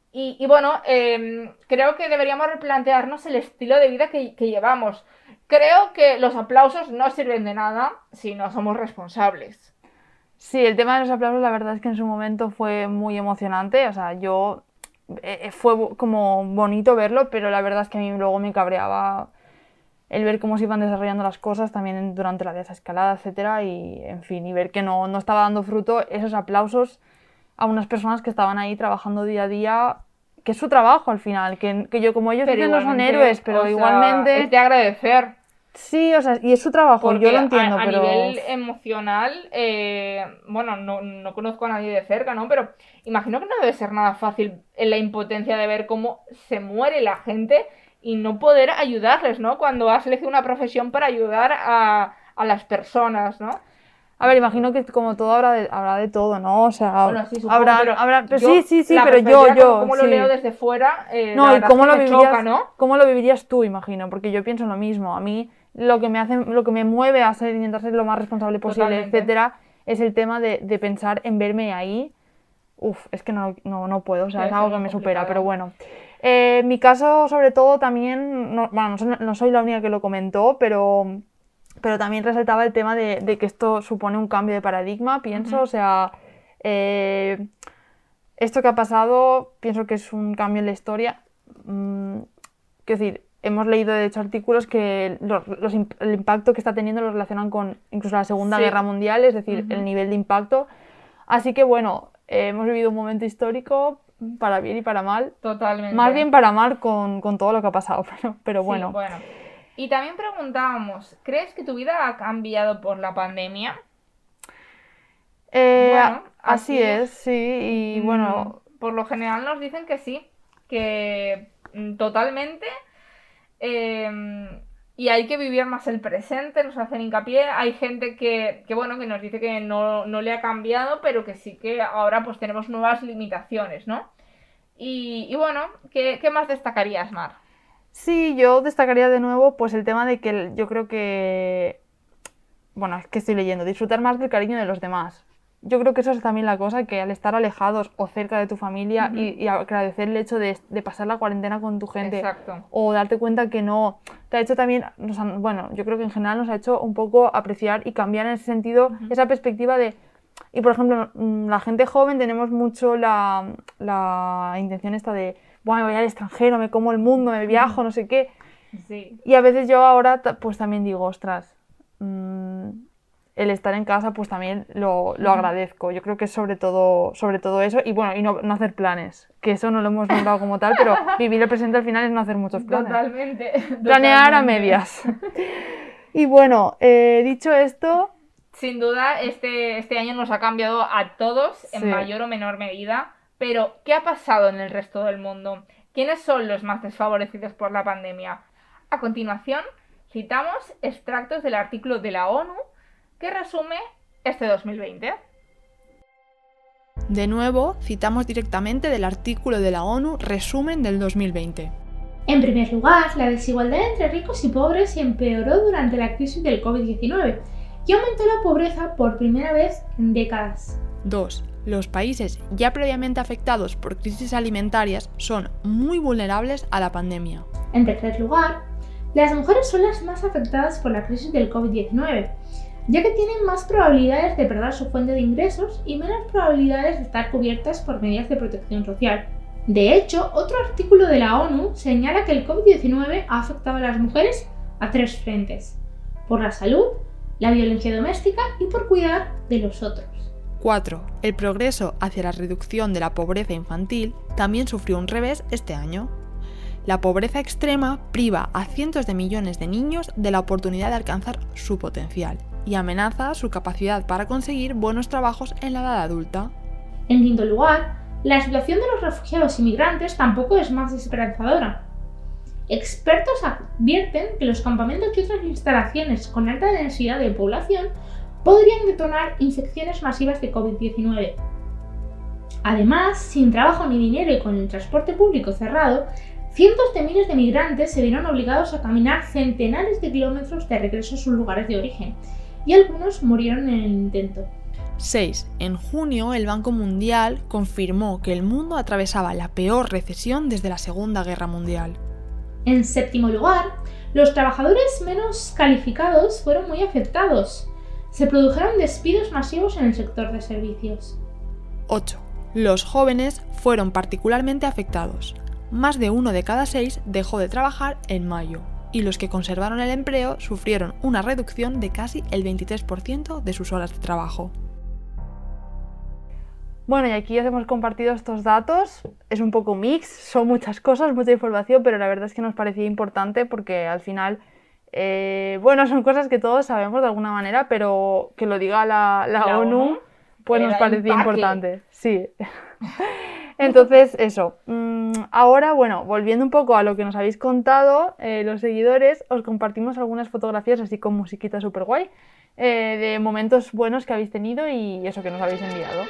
Y, y bueno, eh, creo que deberíamos replantearnos el estilo de vida que, que llevamos. Creo que los aplausos no sirven de nada si no somos responsables. Sí, el tema de los aplausos la verdad es que en su momento fue muy emocionante, o sea, yo eh, fue como bonito verlo, pero la verdad es que a mí luego me cabreaba el ver cómo se iban desarrollando las cosas también durante la desescalada, etcétera, y en fin, y ver que no, no estaba dando fruto esos aplausos a unas personas que estaban ahí trabajando día a día, que es su trabajo al final, que, que yo como ellos dicen no son héroes, pero o sea, igualmente... es de agradecer. Sí, o sea, y es su trabajo, Porque yo lo entiendo, a, a pero... nivel emocional, eh, bueno, no, no conozco a nadie de cerca, ¿no? Pero imagino que no debe ser nada fácil en la impotencia de ver cómo se muere la gente y no poder ayudarles, ¿no? Cuando has elegido una profesión para ayudar a, a las personas, ¿no? A ver, imagino que como todo habrá de, habrá de todo, ¿no? O sea, Bueno, sí, supongo, habrá, pero habrá, pero yo, sí, sí, sí, la pero yo, perspectiva, yo, como, como sí. lo leo desde fuera, eh, No, la y verdad cómo es lo que me vivirías, choca, ¿no? cómo lo vivirías tú, imagino, porque yo pienso lo mismo. A mí lo que me hace, lo que me mueve a ser, intentar ser lo más responsable posible, Totalmente. etcétera, es el tema de, de pensar en verme ahí. Uf, es que no, no, no puedo, o sea, Debe es algo ser que muy me supera, complicado. pero bueno. Eh, en mi caso, sobre todo, también, no, bueno, no soy, no soy la única que lo comentó, pero, pero también resaltaba el tema de, de que esto supone un cambio de paradigma, pienso, Ujú. o sea, eh, esto que ha pasado, pienso que es un cambio en la historia. Mm, quiero decir, hemos leído de hecho artículos que los, los, el impacto que está teniendo lo relacionan con incluso la Segunda Sí. Guerra Mundial, es decir, Ujú. el nivel de impacto. Así que bueno, eh, hemos vivido un momento histórico para bien y para mal. Totalmente. Más bien para mal con, con todo lo que ha pasado, pero, pero bueno. Sí, bueno. Y también preguntábamos, ¿crees que tu vida ha cambiado por la pandemia? Eh, Bueno, así aquí, es, sí, y mm, bueno, por lo general nos dicen que sí, que mm, totalmente. eh, y hay que vivir más el presente, nos hacen hincapié. Hay gente que, que bueno, que nos dice que no, no le ha cambiado, pero que sí que ahora pues tenemos nuevas limitaciones, ¿no? Y, y bueno, ¿qué, qué más destacarías, Mar? sí, yo destacaría de nuevo pues el tema de que el- yo creo que, bueno, es que estoy leyendo, disfrutar más del cariño de los demás. Yo creo que eso es también la cosa, que al estar alejados o cerca de tu familia Ujú. y, y agradecer el hecho de, de pasar la cuarentena con tu gente Exacto. o darte cuenta que no, te ha hecho también, nos han- bueno, yo creo que en general nos ha hecho un poco apreciar y cambiar en ese sentido Ujú. esa perspectiva de, y por ejemplo, mm, la gente joven tenemos mucho la, la intención esta de, bueno, me voy al extranjero, me como el mundo, me viajo, no sé qué. Sí. Y a veces yo ahora ta- pues también digo, ostras, mm, el estar en casa pues también lo, lo Ujú. agradezco. Yo creo que es sobre todo, sobre todo eso y bueno, y no, no hacer planes, que eso no lo hemos nombrado como tal, pero vivir el presente al final es no hacer muchos planes. Totalmente. Planear a totalmente. medias. Y bueno, eh, dicho esto, Sin duda, este, este año nos ha cambiado a todos en Sí. mayor o menor medida, pero ¿qué ha pasado en el resto del mundo? ¿Quiénes son los más desfavorecidos por la pandemia? A continuación, citamos extractos del artículo de la ONU que resume este dos mil veinte. De nuevo, citamos directamente del artículo de la ONU Resumen del dos mil veinte. En primer lugar, la desigualdad entre ricos y pobres se empeoró durante la crisis del covid diecinueve y aumentó la pobreza por primera vez en décadas. dos. Los países ya previamente afectados por crisis alimentarias son muy vulnerables a la pandemia. En tercer lugar, las mujeres son las más afectadas por la crisis del covid diecinueve, ya que tienen más probabilidades de perder su fuente de ingresos y menos probabilidades de estar cubiertas por medidas de protección social. De hecho, otro artículo de la ONU señala que el covid diecinueve ha afectado a las mujeres a tres frentes: por la salud, la violencia doméstica y por cuidar de los otros. cuatro. El progreso hacia la reducción de la pobreza infantil también sufrió un revés este año. La pobreza extrema priva a cientos de millones de niños de la oportunidad de alcanzar su potencial y amenaza su capacidad para conseguir buenos trabajos en la edad adulta. En quinto lugar, la situación de los refugiados y migrantes tampoco es más esperanzadora. Expertos advierten que los campamentos y otras instalaciones con alta densidad de población podrían detonar infecciones masivas de covid diecinueve. Además, sin trabajo ni dinero y con el transporte público cerrado, cientos de miles de migrantes se vieron obligados a caminar centenares de kilómetros de regreso a sus lugares de origen, y algunos murieron en el intento. seis. En junio, el Banco Mundial confirmó que el mundo atravesaba la peor recesión desde la Segunda Guerra Mundial. En séptimo lugar, los trabajadores menos calificados fueron muy afectados. Se produjeron despidos masivos en el sector de servicios. ocho. Los jóvenes fueron particularmente afectados. Más de uno de cada seis dejó de trabajar en mayo, y los que conservaron el empleo sufrieron una reducción de casi el veintitrés por ciento de sus horas de trabajo. Bueno, y aquí os hemos compartido estos datos. Es un poco mix, son muchas cosas, mucha información, pero la verdad es que nos parecía importante porque al final, eh, bueno, son cosas que todos sabemos de alguna manera, pero que lo diga la, la, la ONU, ONU, pues nos parecía empaque. importante. Sí. Entonces, eso. Ahora, bueno, volviendo un poco a lo que nos habéis contado, eh, los seguidores, os compartimos algunas fotografías así con musiquita súper guay, eh, de momentos buenos que habéis tenido y eso que nos habéis enviado.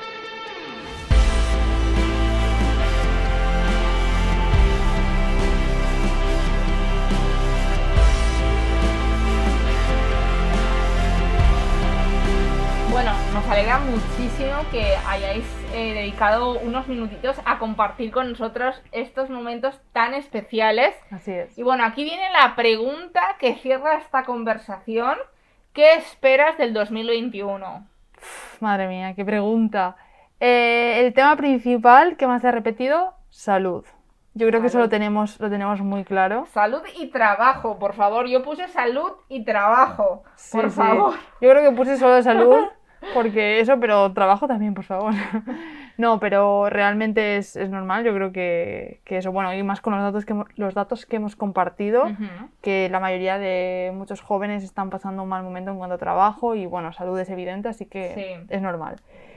Bueno, nos alegra muchísimo que hayáis eh, dedicado unos minutitos a compartir con nosotros estos momentos tan especiales. Así es. Y bueno, aquí viene la pregunta que cierra esta conversación. ¿Qué esperas del dos mil veintiuno? Uf, madre mía, qué pregunta. Eh, el tema principal que más se ha repetido, salud. Yo creo salud. que eso lo tenemos, lo tenemos muy claro. Salud y trabajo, por favor. Yo puse salud y trabajo, sí, por sí. favor. Yo creo que puse solo salud. Porque eso, pero trabajo también, por favor. No, pero realmente es, es normal, yo creo que, que eso, bueno, y más con los datos que, los datos que hemos compartido, uh-huh. que la mayoría de muchos jóvenes están pasando un mal momento en cuanto a trabajo y, bueno, salud es evidente, así que sí. es normal.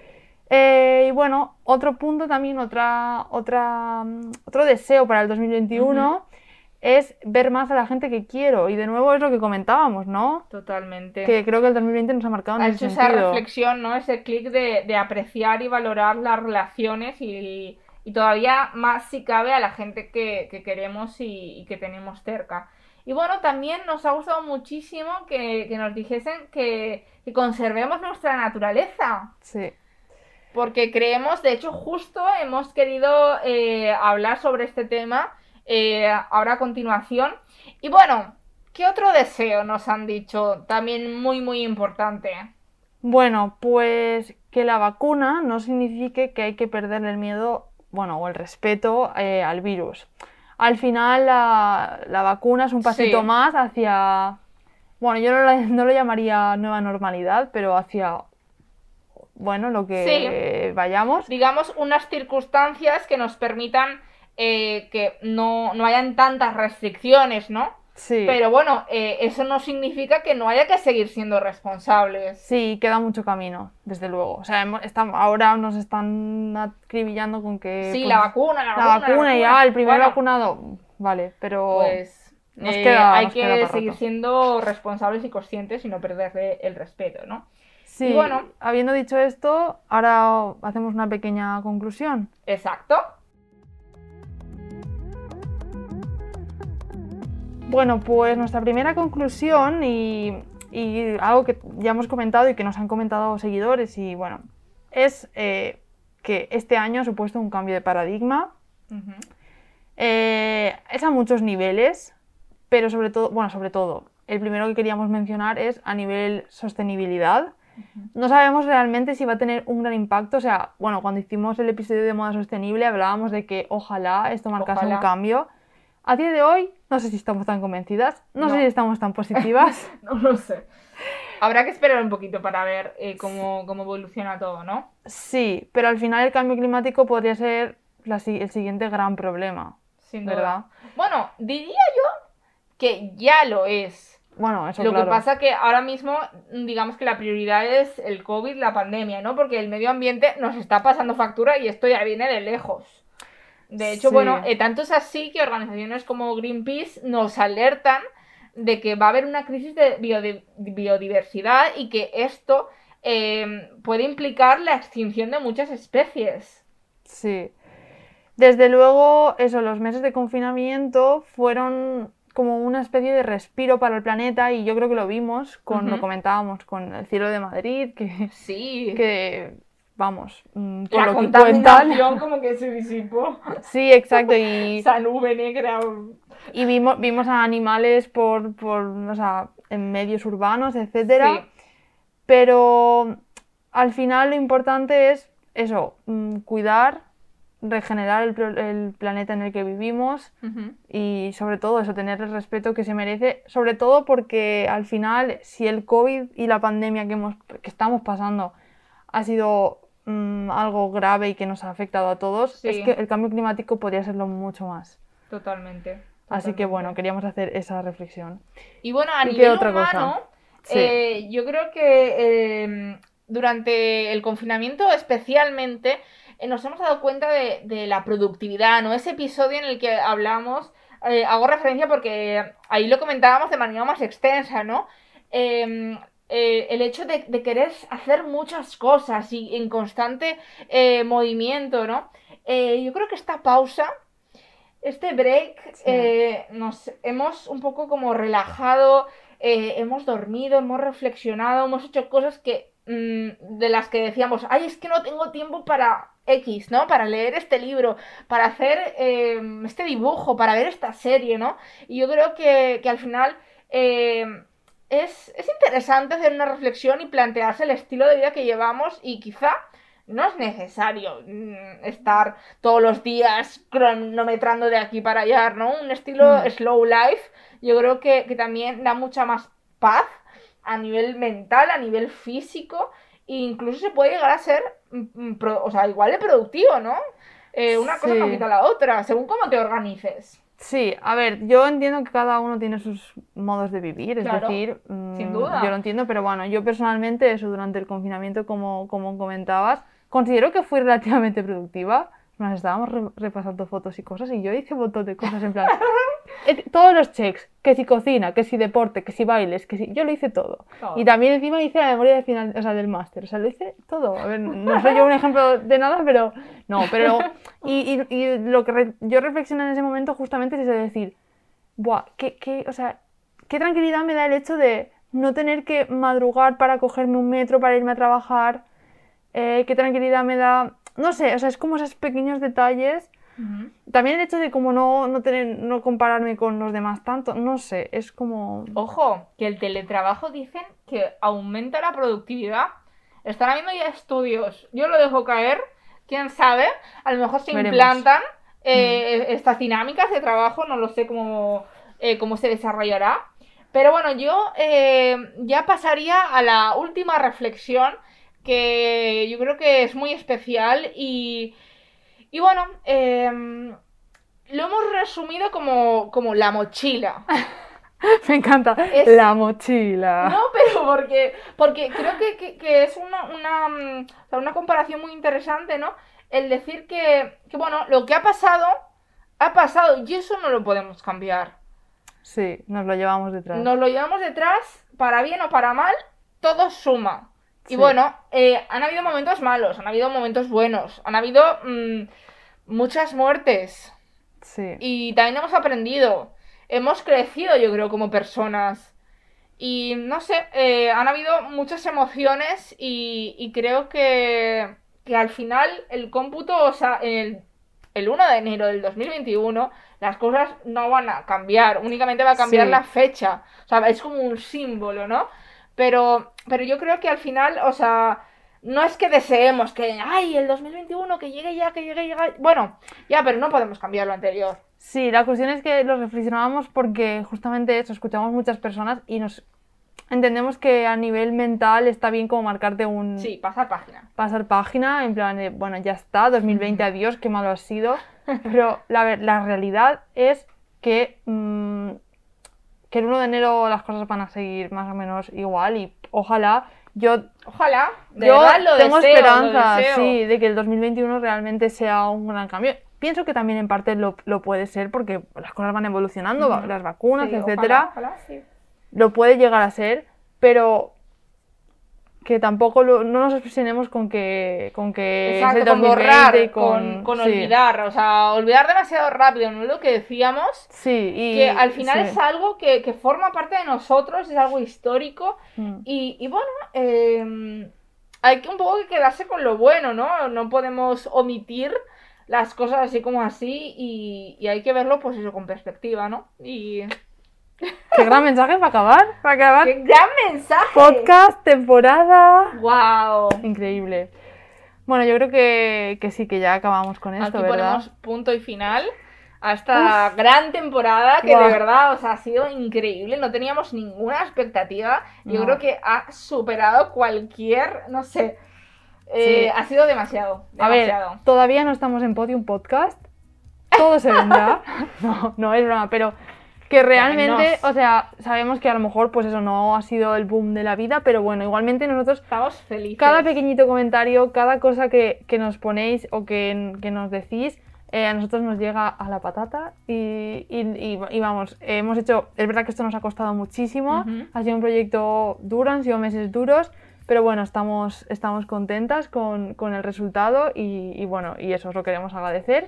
Eh, y bueno, otro punto también, otra, otra, otro deseo para el dos mil veintiuno... Uh-huh. es ver más a la gente que quiero. Y de nuevo es lo que comentábamos, ¿no? Totalmente. Que creo que el dos mil veinte nos ha marcado en ha ese hecho sentido. Esa reflexión, ¿no? Ese clic de, de apreciar y valorar las relaciones y, y todavía más si cabe a la gente que, que queremos y, y que tenemos cerca. Y bueno, también nos ha gustado muchísimo que, que nos dijesen que, que conservemos nuestra naturaleza. Sí. Porque creemos, de hecho, justo hemos querido eh, hablar sobre este tema Eh, ahora a continuación. Y bueno, ¿qué otro deseo nos han dicho? También muy muy importante. Bueno, pues que la vacuna no signifique que hay que perder el miedo, bueno, o el respeto eh, al virus. Al final la, la vacuna es un pasito sí. más hacia, bueno, yo no, la, no lo llamaría nueva normalidad, pero hacia, bueno, lo que sí. vayamos. Digamos, unas circunstancias que nos permitan Eh, que no, no hayan tantas restricciones, ¿no? Sí. Pero bueno, eh, eso no significa que no haya que seguir siendo responsables. Sí, queda mucho camino, desde luego. O sea, estamos, ahora nos están acribillando con que... Sí, pues, la vacuna, la, la vacuna, vacuna. La vacuna y ya, el primer bueno, vacunado. Vale, pero... Pues nos eh, queda, hay nos que queda seguir rato. siendo responsables y conscientes y no perderle el respeto, ¿no? Sí, y bueno, habiendo dicho esto, ahora hacemos una pequeña conclusión. Exacto. Bueno, pues nuestra primera conclusión y, y algo que ya hemos comentado y que nos han comentado seguidores y bueno, es eh, que este año ha supuesto un cambio de paradigma. Uh-huh. eh, es a muchos niveles, pero sobre todo, bueno, sobre todo, el primero que queríamos mencionar es a nivel sostenibilidad. Uh-huh. No sabemos realmente si va a tener un gran impacto, o sea, bueno, cuando hicimos el episodio de moda sostenible hablábamos de que ojalá esto marcase ojalá. un cambio. A día de hoy, no sé si estamos tan convencidas, no, no. sé si estamos tan positivas. No lo sé. Habrá que esperar un poquito para ver eh, cómo, cómo evoluciona todo, ¿no? Sí, pero al final el cambio climático podría ser la, el siguiente gran problema. Sin duda. ¿Verdad? Bueno, diría yo que ya lo es. Bueno, eso Lo claro. que pasa que ahora mismo, digamos que la prioridad es el COVID, la pandemia, ¿no? Porque el medio ambiente nos está pasando factura y esto ya viene de lejos. De hecho, sí. bueno, eh, tanto es así que organizaciones como Greenpeace nos alertan de que va a haber una crisis de biodi- biodiversidad y que esto eh, puede implicar la extinción de muchas especies. Sí. Desde luego, eso, los meses de confinamiento fueron como una especie de respiro para el planeta y yo creo que lo vimos, con, Ujú. lo comentábamos con el cielo de Madrid, que, Sí. que vamos, mm, por La lo que cuentan. contaminación como que se disipó. Sí, exacto, y, Esa nube negra. y vimos, vimos a animales por, por, o sea, en medios urbanos, etcétera. Sí. Pero al final lo importante es eso, mm, cuidar, regenerar el, pl- el planeta en el que vivimos Ujú. y sobre todo eso, tener el respeto que se merece, sobre todo porque al final si el COVID y la pandemia que, hemos, que estamos pasando ha sido mm, algo grave y que nos ha afectado a todos, Sí. es que el cambio climático podría serlo mucho más. Totalmente. Así que totalmente. bueno, queríamos hacer esa reflexión. Y bueno, a ¿Y qué nivel otra cosa? humano, Sí. eh, yo creo que eh, durante el confinamiento especialmente eh, nos hemos dado cuenta de, de la productividad, ¿no? Ese episodio en el que hablamos, eh, hago referencia porque ahí lo comentábamos de manera más extensa, ¿no? Eh, eh, el hecho de, de querer hacer muchas cosas y en constante eh, movimiento, ¿no? Eh, yo creo que esta pausa, este break, Sí. eh, nos hemos un poco como relajado, eh, hemos dormido, hemos reflexionado, hemos hecho cosas que mm, de las que decíamos, ay, es que no tengo tiempo para X, ¿no? Para leer este libro, para hacer eh, este dibujo, para ver esta serie, ¿no? Y yo creo que, que al final eh, es, es interesante hacer una reflexión y plantearse el estilo de vida que llevamos y quizá no es necesario mm, estar todos los días cronometrando de aquí para allá, ¿no? Un estilo Mm. slow life, yo creo que, que también da mucha más paz a nivel mental, a nivel físico, e incluso se puede llegar a ser, mm, mm, pro- o sea, igual de productivo, ¿no? Eh, una cosa no Sí. quita la otra, según cómo te organices. Sí, a ver, yo entiendo que cada uno tiene sus modos de vivir, es Claro, decir, mm, sin duda. yo lo entiendo, pero bueno, yo personalmente, eso durante el confinamiento, como, como comentabas, considero que fui relativamente productiva. Nos estábamos re- repasando fotos y cosas y yo hice un montón de cosas en plan, eh, todos los checks, que si cocina, que si deporte, que si bailes, que si, yo lo hice todo. Todo. Y también encima hice la memoria de final, o sea, del máster, o sea, lo hice todo. A ver, no soy yo un ejemplo de nada, pero no, pero y, y, y lo que re- yo reflexioné en ese momento justamente es eso de decir, buah, qué, qué, o sea, qué tranquilidad me da el hecho de no tener que madrugar para cogerme un metro para irme a trabajar, eh, qué tranquilidad me da, no sé, o sea, es como esos pequeños detalles. Ujú. También el hecho de como no, no tener, no compararme con los demás tanto, no sé, es como... Ojo, que el teletrabajo dicen que aumenta la productividad. Están habiendo ya estudios. Yo lo dejo caer. Quién sabe. A lo mejor se Veremos. implantan eh, estas dinámicas de trabajo. No lo sé cómo, eh, cómo se desarrollará. Pero bueno, yo eh, ya pasaría a la última reflexión, que yo creo que es muy especial. Y, y bueno, eh, lo hemos resumido como, como la mochila. Me encanta. Es- La mochila. No, pero porque, porque creo que, que- que es una, una, mm, o sea, una comparación muy interesante, ¿no? El decir que, que, bueno, lo que ha pasado, ha pasado y eso no lo podemos cambiar. Sí, nos lo llevamos detrás. Nos lo llevamos detrás, para bien o para mal, todo suma. Y Sí. bueno, eh, han habido momentos malos, han habido momentos buenos, han habido mm, muchas muertes. Sí. Y también hemos aprendido, hemos crecido, yo creo, como personas. Y no sé, eh, han habido muchas emociones y, y creo que, que al final el cómputo, o sea, el, el uno de enero del dos mil veintiuno, las cosas no van a cambiar, únicamente va a cambiar Sí. la fecha. O sea, es como un símbolo, ¿no? Pero, pero yo creo que al final, o sea, no es que deseemos que, ay, el dos mil veintiuno, que llegue ya, que llegue ya. Bueno, ya, pero no podemos cambiar lo anterior. Sí, la cuestión es que lo reflexionábamos porque justamente eso, escuchamos muchas personas y nos entendemos que a nivel mental está bien como marcarte un Sí, pasar página. pasar página, en plan de, bueno, ya está, dos mil veinte, adiós, qué malo ha sido. Pero la, ver- la realidad es que, mm, que el uno de enero las cosas van a seguir más o menos igual y ojalá, yo Ojalá, de Yo verdad lo tengo deseo, esperanza, lo deseo. sí, de que el dos mil veintiuno realmente sea un gran cambio. Pienso que también en parte lo, lo puede ser porque las cosas van evolucionando, va- Ujú. las vacunas, Sí, etcétera. Ojalá, ojalá, sí. Lo puede llegar a ser, pero que tampoco lo- no nos obsesionemos con que, con que es Exacto, el con dos mil veinte borrar, y con, con sí. olvidar, o sea, olvidar demasiado rápido, ¿no? Lo que decíamos, Sí, y que al final sí. es algo que, que forma parte de nosotros, es algo histórico, Mm. y, y bueno, eh, hay que un poco que quedarse con lo bueno, ¿no? No podemos omitir las cosas así como así, y, y hay que verlo, pues eso, con perspectiva, ¿no? Y... Qué gran mensaje para acabar, para acabar. ¡Qué gran mensaje! Podcast, temporada. ¡Wow! Increíble. Bueno, yo creo que, que sí, que ya acabamos con esto, Aquí ¿verdad? ponemos punto y final a esta gran temporada que Buah. de verdad, o sea, ha sido increíble. No teníamos ninguna expectativa. Yo No. creo que ha superado cualquier, no sé. eh, Sí. Ha sido demasiado, A ver, demasiado. todavía no estamos en Podium Podcast. Todo se vendrá. No, no es broma, pero que realmente, Llámenos. o sea, sabemos que a lo mejor pues eso no ha sido el boom de la vida, pero bueno, igualmente nosotros, Estamos felices. cada pequeñito comentario, cada cosa que, que nos ponéis o que, que nos decís, eh, a nosotros nos llega a la patata y, y, y- y vamos, eh, hemos hecho, es verdad que esto nos ha costado muchísimo, Ujú. ha sido un proyecto duro, han sido meses duros, pero bueno, estamos, estamos contentas con, con el resultado y, y bueno, y eso os lo queremos agradecer.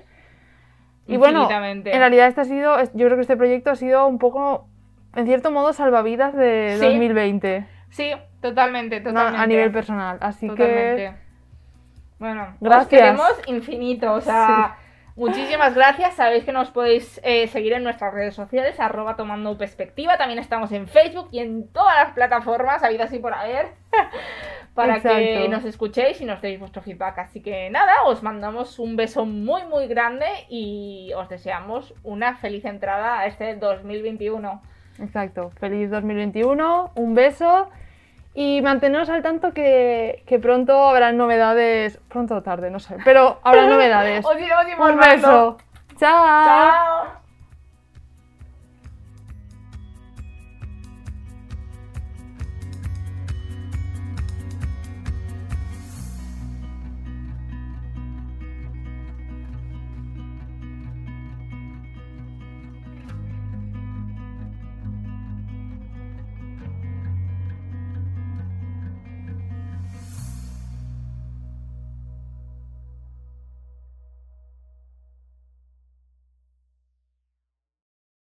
Y bueno, Infinitamente. en realidad este ha sido, es- yo creo que este proyecto ha sido un poco, en cierto modo, salvavidas de Sí. dos mil veinte, Sí, totalmente, ¿no? totalmente. A nivel personal, así Totalmente. que Bueno, Gracias. os queremos infinito, o sea, muchísimas gracias. Sabéis que nos podéis eh, seguir en nuestras redes sociales, arroba tomando perspectiva. También estamos en Facebook y en todas las plataformas, habidas y por haber, para que Exacto. nos escuchéis y nos deis vuestro feedback. Así que nada, os mandamos un beso muy muy grande y os deseamos una feliz entrada a este dos mil veintiuno. exacto, feliz dos mil veintiuno, un beso y manteneros al tanto que, que pronto habrá novedades, pronto o tarde, no sé, pero habrá novedades. Os iremos Un informando. beso, chao. Chao.